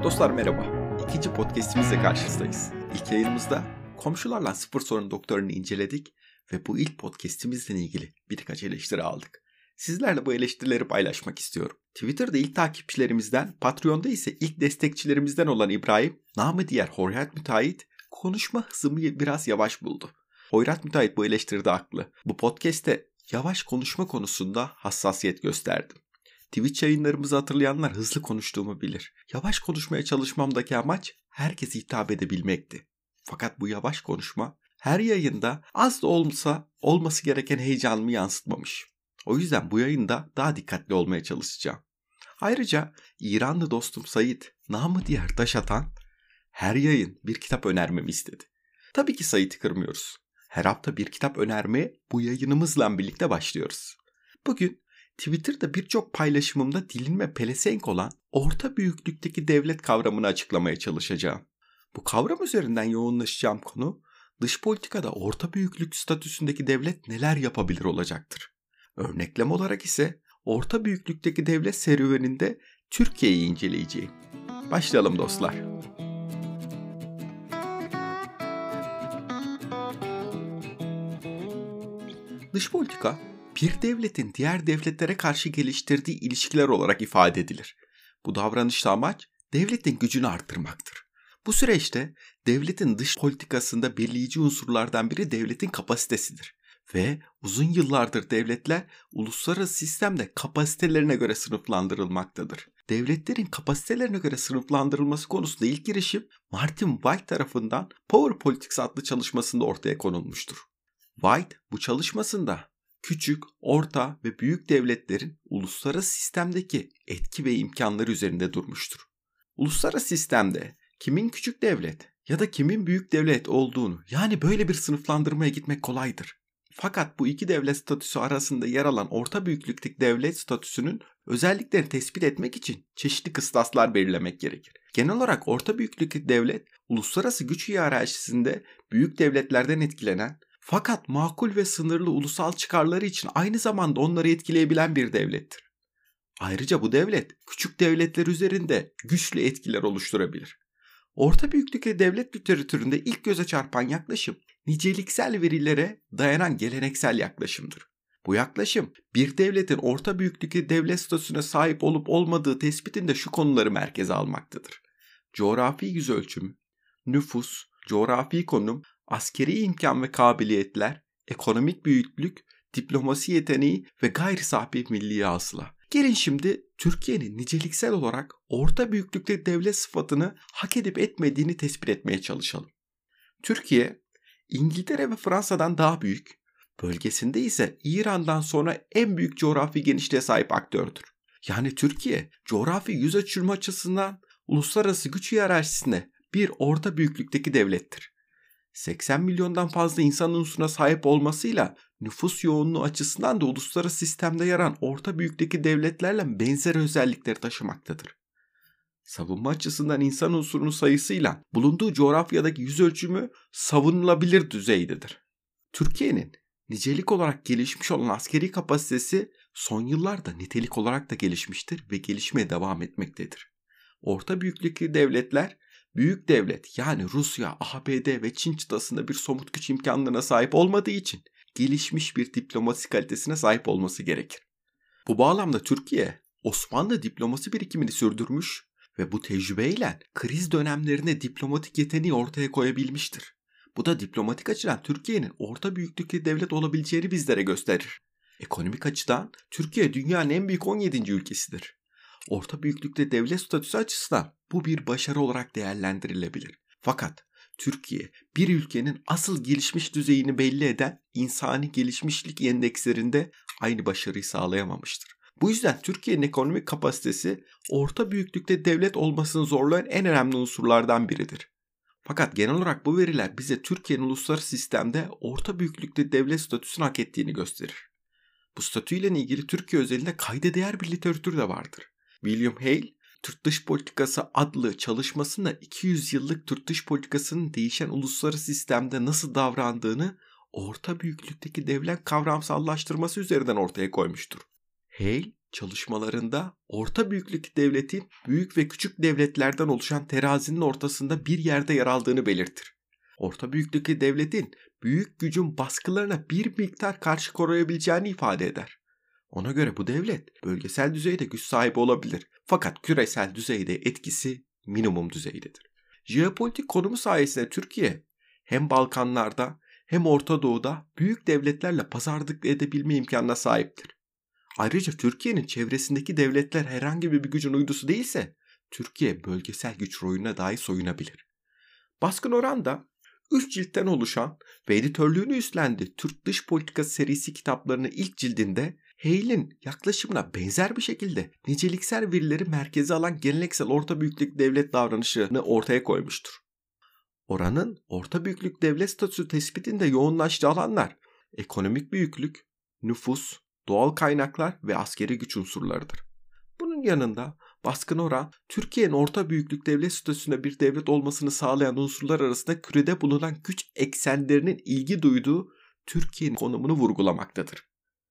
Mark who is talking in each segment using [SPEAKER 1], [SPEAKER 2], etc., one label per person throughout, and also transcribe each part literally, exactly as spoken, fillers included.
[SPEAKER 1] Dostlar merhaba. İkinci podcast'imizle karşınızdayız. İlk yayınımızda komşularla sıfır sorun doktorunu inceledik ve bu ilk podcast'imizle ilgili birkaç eleştiri aldık. Sizlerle bu eleştirileri paylaşmak istiyorum. Twitter'da ilk takipçilerimizden, Patreon'da ise ilk destekçilerimizden olan İbrahim, namı diğer Hoyrat Müteahhit, konuşma hızımı biraz yavaş buldu. Hoyrat Müteahhit bu eleştiride haklı. Bu podcast'te yavaş konuşma konusunda hassasiyet gösterdim. Twitch yayınlarımızı hatırlayanlar hızlı konuştuğumu bilir. Yavaş konuşmaya çalışmamdaki amaç herkese hitap edebilmekti. Fakat bu yavaş konuşma her yayında az da olsa olması gereken heyecanımı yansıtmamış. O yüzden bu yayında daha dikkatli olmaya çalışacağım. Ayrıca İranlı dostum Sait, namı diğer Taş Atan, her yayın bir kitap önermemi istedi. Tabii ki Sait'i kırmıyoruz. Her hafta bir kitap önermeye bu yayınımızla birlikte başlıyoruz. Bugün Twitter'da birçok paylaşımımda dilinme pelesenk olan orta büyüklükteki devlet kavramını açıklamaya çalışacağım. Bu kavram üzerinden yoğunlaşacağım konu, dış politikada orta büyüklük statüsündeki devlet neler yapabilir olacaktır. Örneklem olarak ise orta büyüklükteki devlet serüveninde Türkiye'yi inceleyeceğim. Başlayalım dostlar. Dış politika, bir devletin diğer devletlere karşı geliştirdiği ilişkiler olarak ifade edilir. Bu davranışta amaç devletin gücünü arttırmaktır. Bu süreçte devletin dış politikasında belirleyici unsurlardan biri devletin kapasitesidir. Ve uzun yıllardır devletler uluslararası sistemde kapasitelerine göre sınıflandırılmaktadır. Devletlerin kapasitelerine göre sınıflandırılması konusunda ilk girişim Martin White tarafından Power Politics adlı çalışmasında ortaya konulmuştur. White bu çalışmasında küçük, orta ve büyük devletlerin uluslararası sistemdeki etki ve imkanları üzerinde durmuştur. Uluslararası sistemde kimin küçük devlet ya da kimin büyük devlet olduğunu, yani böyle bir sınıflandırmaya gitmek kolaydır. Fakat bu iki devlet statüsü arasında yer alan orta büyüklükteki devlet statüsünün özelliklerini tespit etmek için çeşitli kıstaslar belirlemek gerekir. Genel olarak orta büyüklükteki devlet, uluslararası güç hiyerarşisinde büyük devletlerden etkilenen, fakat makul ve sınırlı ulusal çıkarları için aynı zamanda onları etkileyebilen bir devlettir. Ayrıca bu devlet küçük devletler üzerinde güçlü etkiler oluşturabilir. Orta büyüklükteki devlet literatüründe ilk göze çarpan yaklaşım niceliksel verilere dayanan geleneksel yaklaşımdır. Bu yaklaşım bir devletin orta büyüklükteki devlet statüsüne sahip olup olmadığı tespitinde şu konuları merkeze almaktadır. Coğrafi yüzölçümü, nüfus, coğrafi konum, askeri imkan ve kabiliyetler, ekonomik büyüklük, diplomasi yeteneği ve gayri safi milli hasıla. Gelin şimdi Türkiye'nin niceliksel olarak orta büyüklükte devlet sıfatını hak edip etmediğini tespit etmeye çalışalım. Türkiye, İngiltere ve Fransa'dan daha büyük, bölgesinde ise İran'dan sonra en büyük coğrafi genişliğe sahip aktördür. Yani Türkiye, coğrafi yüz ölçümü açısından uluslararası güç hiyerarşisinde bir orta büyüklükteki devlettir. seksen milyondan fazla insan unsuruna sahip olmasıyla nüfus yoğunluğu açısından da uluslararası sistemde yer alan orta büyüklükteki devletlerle benzer özellikleri taşımaktadır. Savunma açısından insan unsurunun sayısıyla bulunduğu coğrafyadaki yüz ölçümü savunulabilir düzeydedir. Türkiye'nin nicelik olarak gelişmiş olan askeri kapasitesi son yıllarda nitelik olarak da gelişmiştir ve gelişmeye devam etmektedir. Orta büyüklükteki devletler büyük devlet yani Rusya, A B D ve Çin çıtasında bir somut güç imkanlarına sahip olmadığı için gelişmiş bir diplomasi kalitesine sahip olması gerekir. Bu bağlamda Türkiye, Osmanlı diplomasi birikimini sürdürmüş ve bu tecrübeyle kriz dönemlerinde diplomatik yeteneği ortaya koyabilmiştir. Bu da diplomatik açıdan Türkiye'nin orta büyüklükteki devlet olabileceğini bizlere gösterir. Ekonomik açıdan Türkiye dünyanın en büyük on yedinci ülkesidir. Orta büyüklükte devlet statüsü açısından bu bir başarı olarak değerlendirilebilir. Fakat Türkiye bir ülkenin asıl gelişmiş düzeyini belli eden insani gelişmişlik endekslerinde aynı başarıyı sağlayamamıştır. Bu yüzden Türkiye'nin ekonomik kapasitesi orta büyüklükte devlet olmasını zorlayan en önemli unsurlardan biridir. Fakat genel olarak bu veriler bize Türkiye'nin uluslararası sistemde orta büyüklükte devlet statüsünü hak ettiğini gösterir. Bu statüyle ilgili Türkiye özelinde kayda değer bir literatür de vardır. William Hale, Türk Dış Politikası adlı çalışmasında iki yüz yıllık Türk dış politikasının değişen uluslararası sistemde nasıl davrandığını orta büyüklükteki devlet kavramsallaştırması üzerinden ortaya koymuştur. Hale, çalışmalarında orta büyüklük devletin büyük ve küçük devletlerden oluşan terazinin ortasında bir yerde yer aldığını belirtir. Orta büyüklükteki devletin büyük gücün baskılarına bir miktar karşı koruyabileceğini ifade eder. Ona göre bu devlet bölgesel düzeyde güç sahibi olabilir fakat küresel düzeyde etkisi minimum düzeydedir. Jeopolitik konumu sayesinde Türkiye hem Balkanlarda hem Orta Doğu'da büyük devletlerle pazarlık edebilme imkanına sahiptir. Ayrıca Türkiye'nin çevresindeki devletler herhangi bir gücün uydusu değilse Türkiye bölgesel güç rolüne dahi soyunabilir. Baskın Orhan üç ciltten oluşan ve editörlüğünü üstlendiği Türk Dış Politikası serisi kitaplarının ilk cildinde Hale'in yaklaşımına benzer bir şekilde niceliksel verileri merkeze alan geleneksel orta büyüklük devlet davranışını ortaya koymuştur. Orhan'ın orta büyüklük devlet statüsü tespitinde yoğunlaştığı alanlar ekonomik büyüklük, nüfus, doğal kaynaklar ve askeri güç unsurlarıdır. Bunun yanında Baskın Orhan, Türkiye'nin orta büyüklük devlet statüsünde bir devlet olmasını sağlayan unsurlar arasında kürede bulunan güç eksenlerinin ilgi duyduğu Türkiye'nin konumunu vurgulamaktadır.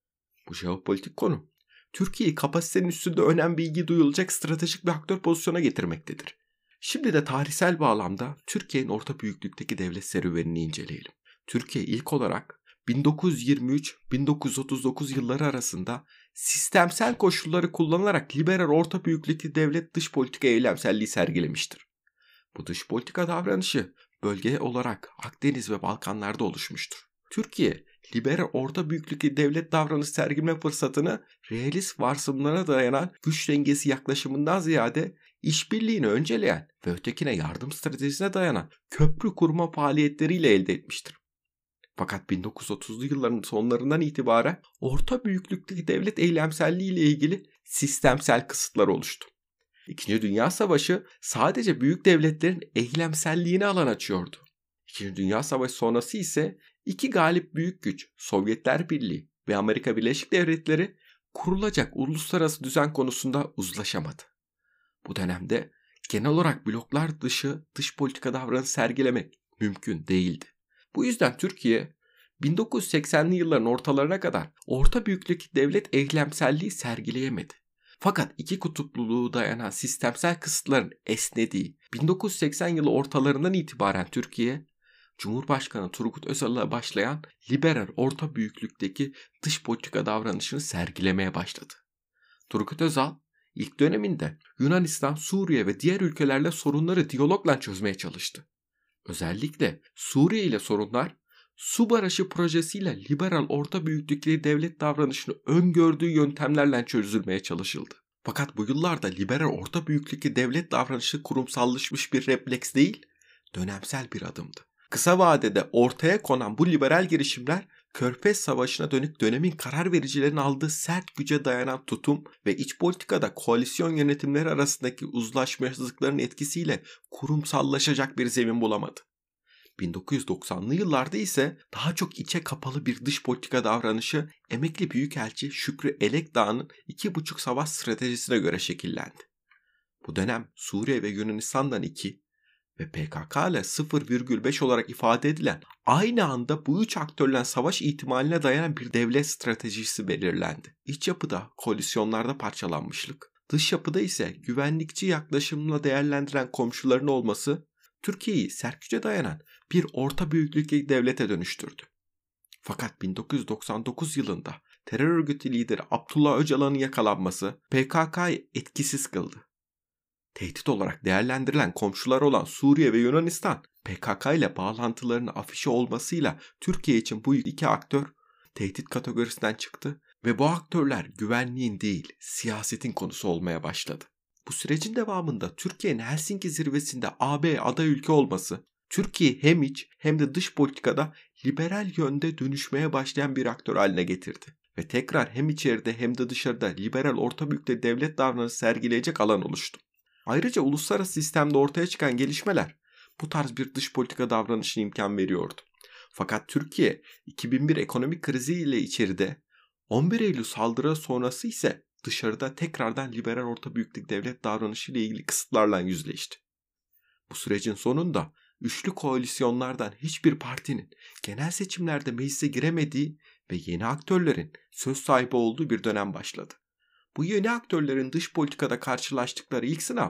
[SPEAKER 1] Bu jeopolitik konum, Türkiye'yi kapasitenin üstünde önemli bir ilgi duyulacak stratejik bir aktör pozisyona getirmektedir. Şimdi de tarihsel bağlamda Türkiye'nin orta büyüklükteki devlet serüvenini inceleyelim. Türkiye ilk olarak bin dokuz yüz yirmi üç bin dokuz yüz otuz dokuz yılları arasında sistemsel koşulları kullanarak liberal orta büyüklükteki devlet dış politika eylemselliği sergilemiştir. Bu dış politika davranışı bölge olarak Akdeniz ve Balkanlarda oluşmuştur. Türkiye, liberal orta büyüklükteki devlet davranışı sergileme fırsatını realist varsımlara dayanan güç dengesi yaklaşımından ziyade işbirliğini önceleyen ve ötekine yardım stratejisine dayanan köprü kurma faaliyetleriyle elde etmiştir. Fakat bin dokuz yüz otuzlu yılların sonlarından itibaren orta büyüklükteki devlet eylemselliği ile ilgili sistemsel kısıtlar oluştu. İkinci Dünya Savaşı sadece büyük devletlerin eylemselliğine alan açıyordu. İkinci Dünya Savaşı sonrası ise iki galip büyük güç Sovyetler Birliği ve Amerika Birleşik Devletleri kurulacak uluslararası düzen konusunda uzlaşamadı. Bu dönemde genel olarak bloklar dışı dış politika davranışı sergilemek mümkün değildi. Bu yüzden Türkiye bin dokuz yüz seksenli yılların ortalarına kadar orta büyüklük devlet eylemselliği sergileyemedi. Fakat iki kutupluluğu dayanan sistemsel kısıtların esnediği bin dokuz yüz seksen yılı ortalarından itibaren Türkiye, Cumhurbaşkanı Turgut Özal'la başlayan liberal orta büyüklükteki dış politika davranışını sergilemeye başladı. Turgut Özal ilk döneminde Yunanistan, Suriye ve diğer ülkelerle sorunları diyalogla çözmeye çalıştı. Özellikle Suriye ile sorunlar su barajı projesiyle liberal orta büyüklükteki devlet davranışını öngördüğü yöntemlerle çözülmeye çalışıldı. Fakat bu yıllarda liberal orta büyüklükteki devlet davranışı kurumsallaşmış bir refleks değil, dönemsel bir adımdı. Kısa vadede ortaya konan bu liberal girişimler Körfez Savaşı'na dönük dönemin karar vericilerin aldığı sert güce dayanan tutum ve iç politikada koalisyon yönetimleri arasındaki uzlaşmazlıkların etkisiyle kurumsallaşacak bir zemin bulamadı. bin dokuz yüz doksanlı yıllarda ise daha çok içe kapalı bir dış politika davranışı emekli büyükelçi Şükrü Elekdağ'ın iki buçuk savaş stratejisine göre şekillendi. Bu dönem Suriye ve Yunanistan'dan iki ve P K K ile sıfır virgül beş olarak ifade edilen aynı anda bu üç aktörle savaş ihtimaline dayanan bir devlet stratejisi belirlendi. İç yapıda koalisyonlarda parçalanmışlık, dış yapıda ise güvenlikçi yaklaşımla değerlendiren komşuların olması Türkiye'yi sert güce dayanan bir orta büyüklükteki devlete dönüştürdü. Fakat bin dokuz yüz doksan dokuz yılında terör örgütü lideri Abdullah Öcalan'ın yakalanması P K K'yı etkisiz kıldı. Tehdit olarak değerlendirilen komşular olan Suriye ve Yunanistan, P K K ile bağlantılarının afişe olmasıyla Türkiye için bu iki aktör tehdit kategorisinden çıktı ve bu aktörler güvenliğin değil, siyasetin konusu olmaya başladı. Bu sürecin devamında Türkiye'nin Helsinki zirvesinde A B aday ülke olması, Türkiye hem iç hem de dış politikada liberal yönde dönüşmeye başlayan bir aktör haline getirdi. Ve tekrar hem içeride hem de dışarıda liberal orta büyüklükte devlet davranışı sergileyecek alan oluştu. Ayrıca uluslararası sistemde ortaya çıkan gelişmeler bu tarz bir dış politika davranışına imkan veriyordu. Fakat Türkiye iki bin bir ekonomik krizi ile içeride, on bir Eylül saldırı sonrası ise dışarıda tekrardan liberal orta büyüklük devlet davranışı ile ilgili kısıtlarla yüzleşti. Bu sürecin sonunda üçlü koalisyonlardan hiçbir partinin genel seçimlerde meclise giremediği ve yeni aktörlerin söz sahibi olduğu bir dönem başladı. Bu yeni aktörlerin dış politikada karşılaştıkları ilk sınav,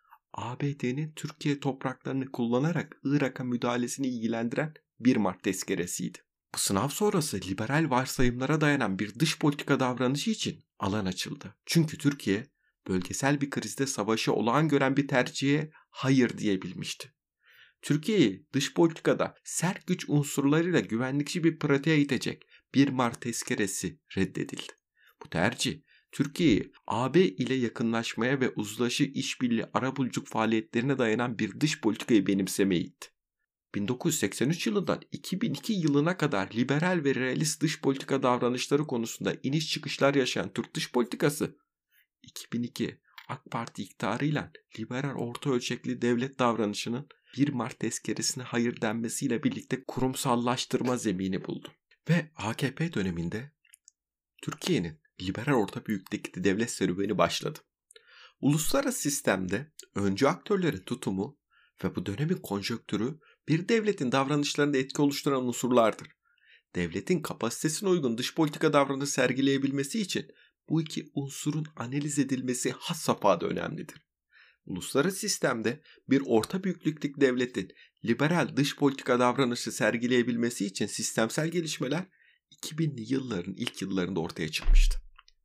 [SPEAKER 1] A B D'nin Türkiye topraklarını kullanarak Irak'a müdahalesini ilgilendiren bir Mart tezkeresiydi. Bu sınav sonrası liberal varsayımlara dayanan bir dış politika davranışı için alan açıldı. Çünkü Türkiye bölgesel bir krizde savaşı olağan gören bir tercihe hayır diyebilmişti. Türkiye'yi dış politikada sert güç unsurlarıyla güvenlikçi bir pratiğe itecek bir Mart tezkeresi reddedildi. Bu tercih Türkiye'yi A B ile yakınlaşmaya ve uzlaşı işbirliği arabuluculuk faaliyetlerine dayanan bir dış politikayı benimsemeye itti. bin dokuz yüz seksen üç yılından iki bin iki yılına kadar liberal ve realist dış politika davranışları konusunda iniş çıkışlar yaşayan Türk dış politikası, iki bin iki AK Parti iktidarıyla liberal orta ölçekli devlet davranışının bir Mart tezkeresine hayır denmesiyle birlikte kurumsallaştırma zemini buldu. Ve A K P döneminde Türkiye'nin liberal orta büyüklükte devlet serüveni başladı. Uluslararası sistemde öncü aktörlerin tutumu ve bu dönemin konjonktürü bir devletin davranışlarında etki oluşturan unsurlardır. Devletin kapasitesine uygun dış politika davranışı sergileyebilmesi için bu iki unsurun analiz edilmesi has safhada önemlidir. Uluslararası sistemde bir orta büyüklükteki devletin liberal dış politika davranışı sergileyebilmesi için sistemsel gelişmeler iki binli yılların ilk yıllarında ortaya çıkmıştı.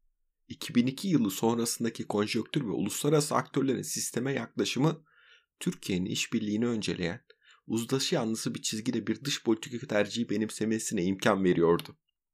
[SPEAKER 1] iki bin iki yılı sonrasındaki konjonktür ve uluslararası aktörlerin sisteme yaklaşımı Türkiye'nin işbirliğini önceleyen, uzlaşı yanlısı bir çizgide bir dış politika tercihi benimsemesine imkan veriyordu.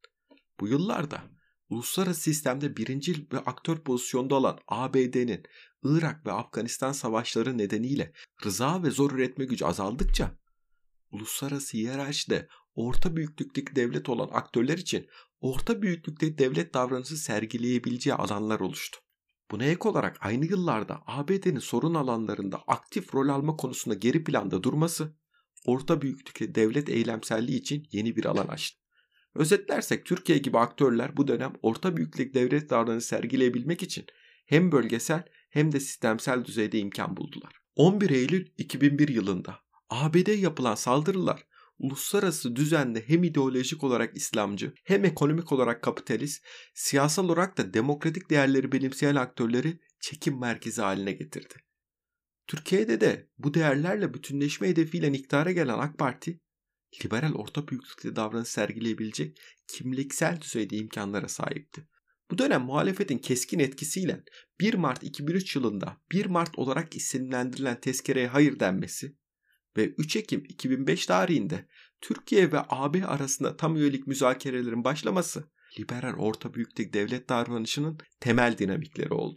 [SPEAKER 1] Bu yıllarda uluslararası sistemde birincil ve aktör pozisyonda olan A B D'nin Irak ve Afganistan savaşları nedeniyle rıza ve zor üretme gücü azaldıkça, uluslararası hiyerarşide orta büyüklükteki devlet olan aktörler için orta büyüklükteki devlet davranışı sergileyebileceği alanlar oluştu. Buna ek olarak aynı yıllarda A B D'nin sorun alanlarında aktif rol alma konusunda geri planda durması, orta büyüklükteki devlet eylemselliği için yeni bir alan açtı. Özetlersek Türkiye gibi aktörler bu dönem orta büyüklük devlet davranışı sergileyebilmek için hem bölgesel hem de sistemsel düzeyde imkan buldular. on bir Eylül iki bin bir yılında A B D'ye yapılan saldırılar uluslararası düzende hem ideolojik olarak İslamcı hem ekonomik olarak kapitalist, siyasal olarak da demokratik değerleri benimseyen aktörleri çekim merkezi haline getirdi. Türkiye'de de bu değerlerle bütünleşme hedefiyle iktidara gelen AK Parti, liberal orta büyüklükte davranış sergileyebilecek kimliksel düzeyde imkanlara sahipti. Bu dönem muhalefetin keskin etkisiyle bir Mart iki bin üç yılında bir Mart olarak isimlendirilen tezkereye hayır denmesi ve üç Ekim iki bin beş tarihinde Türkiye ve A B arasında tam üyelik müzakerelerin başlaması liberal orta büyüklük devlet davranışının temel dinamikleri oldu.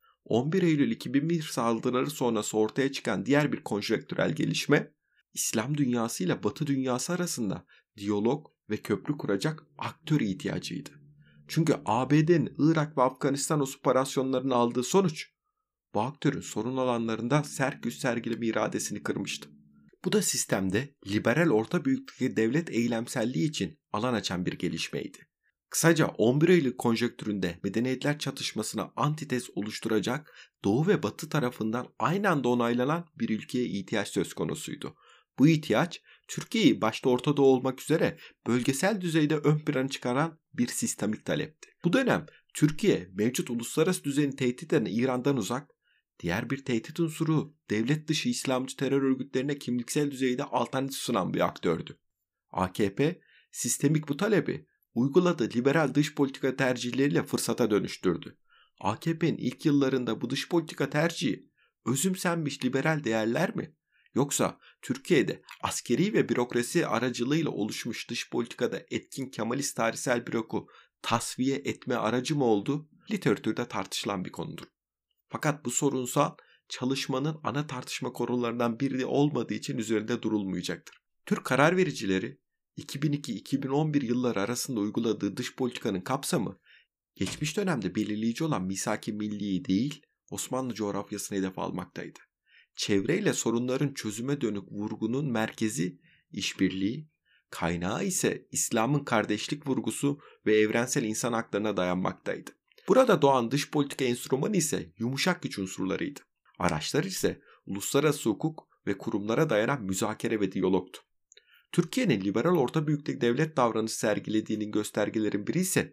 [SPEAKER 1] on bir Eylül iki bin bir saldırıları sonrası ortaya çıkan diğer bir konjonktürel gelişme, İslam dünyası ile Batı dünyası arasında diyalog ve köprü kuracak aktör ihtiyacıydı. Çünkü A B D'nin Irak ve Afganistan operasyonlarının aldığı sonuç, bu aktörün sorun alanlarında sert güç sergileme iradesini kırmıştı. Bu da sistemde liberal orta büyüklükte devlet eylemselliği için alan açan bir gelişmeydi. Kısaca on bir Eylül konjonktüründe medeniyetler çatışmasına antitez oluşturacak Doğu ve Batı tarafından aynı anda onaylanan bir ülkeye ihtiyaç söz konusuydu. Bu ihtiyaç Türkiye'yi başta Orta Doğu olmak üzere bölgesel düzeyde ön plana çıkaran bir sistemik talepti. Bu dönem Türkiye mevcut uluslararası düzenin tehditlerine İran'dan uzak, diğer bir tehdit unsuru devlet dışı İslamcı terör örgütlerine kimliksel düzeyde alternatif sunan bir aktördü. A K P sistemik bu talebi uyguladığı liberal dış politika tercihleriyle fırsata dönüştürdü. A K P'nin ilk yıllarında bu dış politika tercihi özümsenmiş liberal değerler mi? Yoksa Türkiye'de askeri ve bürokrasi aracılığıyla oluşmuş dış politikada etkin Kemalist tarihsel bloku tasfiye etme aracı mı oldu? Literatürde tartışılan bir konudur. Fakat bu sorunsal çalışmanın ana tartışma konularından biri olmadığı için üzerinde durulmayacaktır. Türk karar vericileri iki bin iki iki bin on bir yılları arasında uyguladığı dış politikanın kapsamı, geçmiş dönemde belirleyici olan misak-ı milliyi değil, Osmanlı coğrafyasını hedef almaktaydı. Çevreyle sorunların çözüme dönük vurgunun merkezi işbirliği, kaynağı ise İslam'ın kardeşlik vurgusu ve evrensel insan haklarına dayanmaktaydı. Burada doğan dış politika enstrümanı ise yumuşak güç unsurlarıydı. Araçlar ise uluslararası hukuk ve kurumlara dayanan müzakere ve diyalogtu. Türkiye'nin liberal orta büyüklük devlet davranışı sergilediğinin göstergelerin biri ise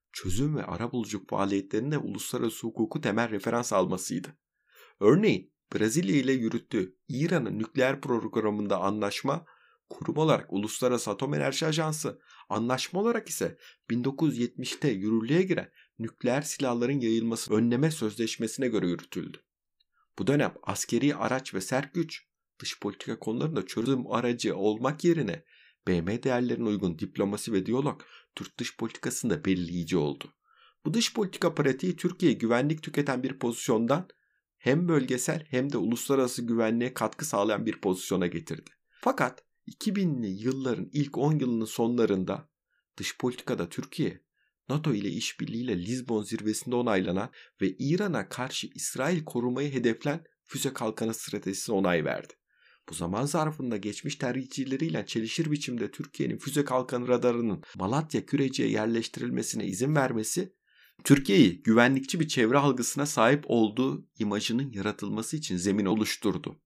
[SPEAKER 1] çözüm ve arabuluculuk faaliyetlerinde uluslararası hukuku temel referans almasıydı. Örneğin Brezilya ile yürüttüğü İran'ın nükleer programında anlaşma, kurum olarak Uluslararası Atom Enerji Ajansı, anlaşma olarak ise bin dokuz yüz yetmişte yürürlüğe giren nükleer silahların yayılması önleme sözleşmesine göre yürütüldü. Bu dönem askeri araç ve sert güç, dış politika konularında çözüm aracı olmak yerine B M değerlerine uygun diplomasi ve diyalog Türk dış politikasında belirleyici oldu. Bu dış politika pratiği Türkiye'ye güvenlik tüketen bir pozisyondan hem bölgesel hem de uluslararası güvenliğe katkı sağlayan bir pozisyona getirdi. Fakat iki binli yılların ilk on yılının sonlarında dış politikada Türkiye, NATO ile işbirliğiyle Lizbon zirvesinde onaylanan ve İran'a karşı İsrail korumayı hedeflen füze kalkanı stratejisine onay verdi. Bu zaman zarfında geçmiş tercihleriyle çelişir biçimde Türkiye'nin füze kalkanı radarının Malatya Kürecik'e yerleştirilmesine izin vermesi, Türkiye'yi güvenlikçi bir çevre algısına sahip olduğu imajının yaratılması için zemin oluşturdu.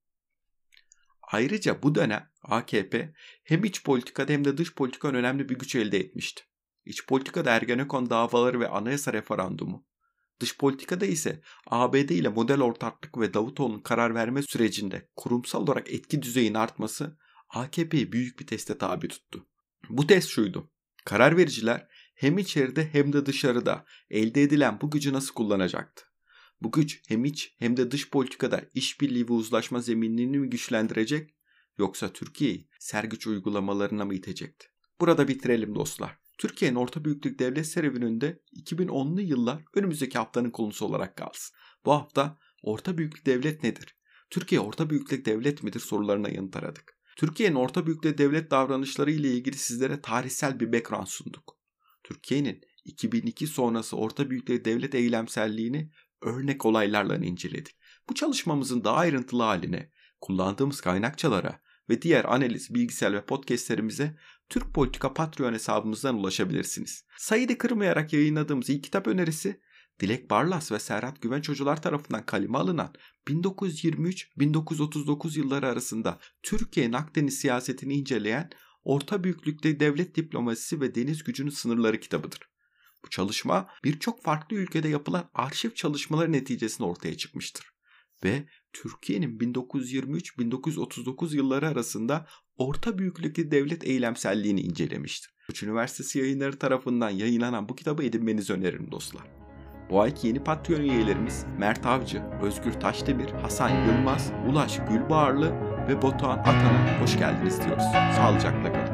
[SPEAKER 1] Ayrıca bu dönem A K P hem iç politikada hem de dış politikada önemli bir güç elde etmişti. İç politikada Ergenekon davaları ve anayasa referandumu, dış politikada ise A B D ile model ortaklık ve Davutoğlu'nun karar verme sürecinde kurumsal olarak etki düzeyinin artması A K P'yi büyük bir teste tabi tuttu. Bu test şuydu: karar vericiler hem içeride hem de dışarıda elde edilen bu gücü nasıl kullanacaktı? Bu güç hem iç hem de dış politikada işbirliği ve uzlaşma zeminini mi güçlendirecek, yoksa Türkiye'yi sergüç uygulamalarına mı itecekti? Burada bitirelim dostlar. Türkiye'nin orta büyüklük devlet serüveninde iki bin onlu yıllar önümüzdeki haftanın konusu olarak kalsın. Bu hafta orta büyüklük devlet nedir? Türkiye orta büyüklük devlet midir sorularına yanıt aradık. Türkiye'nin orta büyüklük devlet davranışları ile ilgili sizlere tarihsel bir background sunduk. Türkiye'nin iki bin iki sonrası orta büyüklük devlet eylemselliğini örnek olaylarla inceledik. Bu çalışmamızın daha ayrıntılı haline, kullandığımız kaynakçalara ve diğer analiz, bilgisayar ve podcastlerimize Türk Politika Patreon hesabımızdan ulaşabilirsiniz. Sayıyı kırmayarak yayınladığımız ilk kitap önerisi, Dilek Barlas ve Serhat Güvenç hocalar tarafından kaleme alınan bin dokuz yüz yirmi üç bin dokuz yüz otuz dokuz yılları arasında Türkiye'nin Akdeniz siyasetini inceleyen Orta Büyüklükte Devlet Diplomasisi ve Deniz Gücünün Sınırları kitabıdır. Bu çalışma birçok farklı ülkede yapılan arşiv çalışmaları neticesinde ortaya çıkmıştır ve Türkiye'nin bin dokuz yüz yirmi üç bin dokuz yüz otuz dokuz yılları arasında orta büyüklükte devlet eylemselliğini incelemiştir. Koç Üniversitesi Yayınları tarafından yayınlanan bu kitabı edinmenizi öneririm dostlar. Bu ayki yeni Patreon üyelerimiz Mert Avcı, Özgür Taşdemir, Hasan Yılmaz, Ulaş Gülbağarlı ve Batuhan Atan'a hoş geldiniz diyoruz. Sağlıcakla kalın.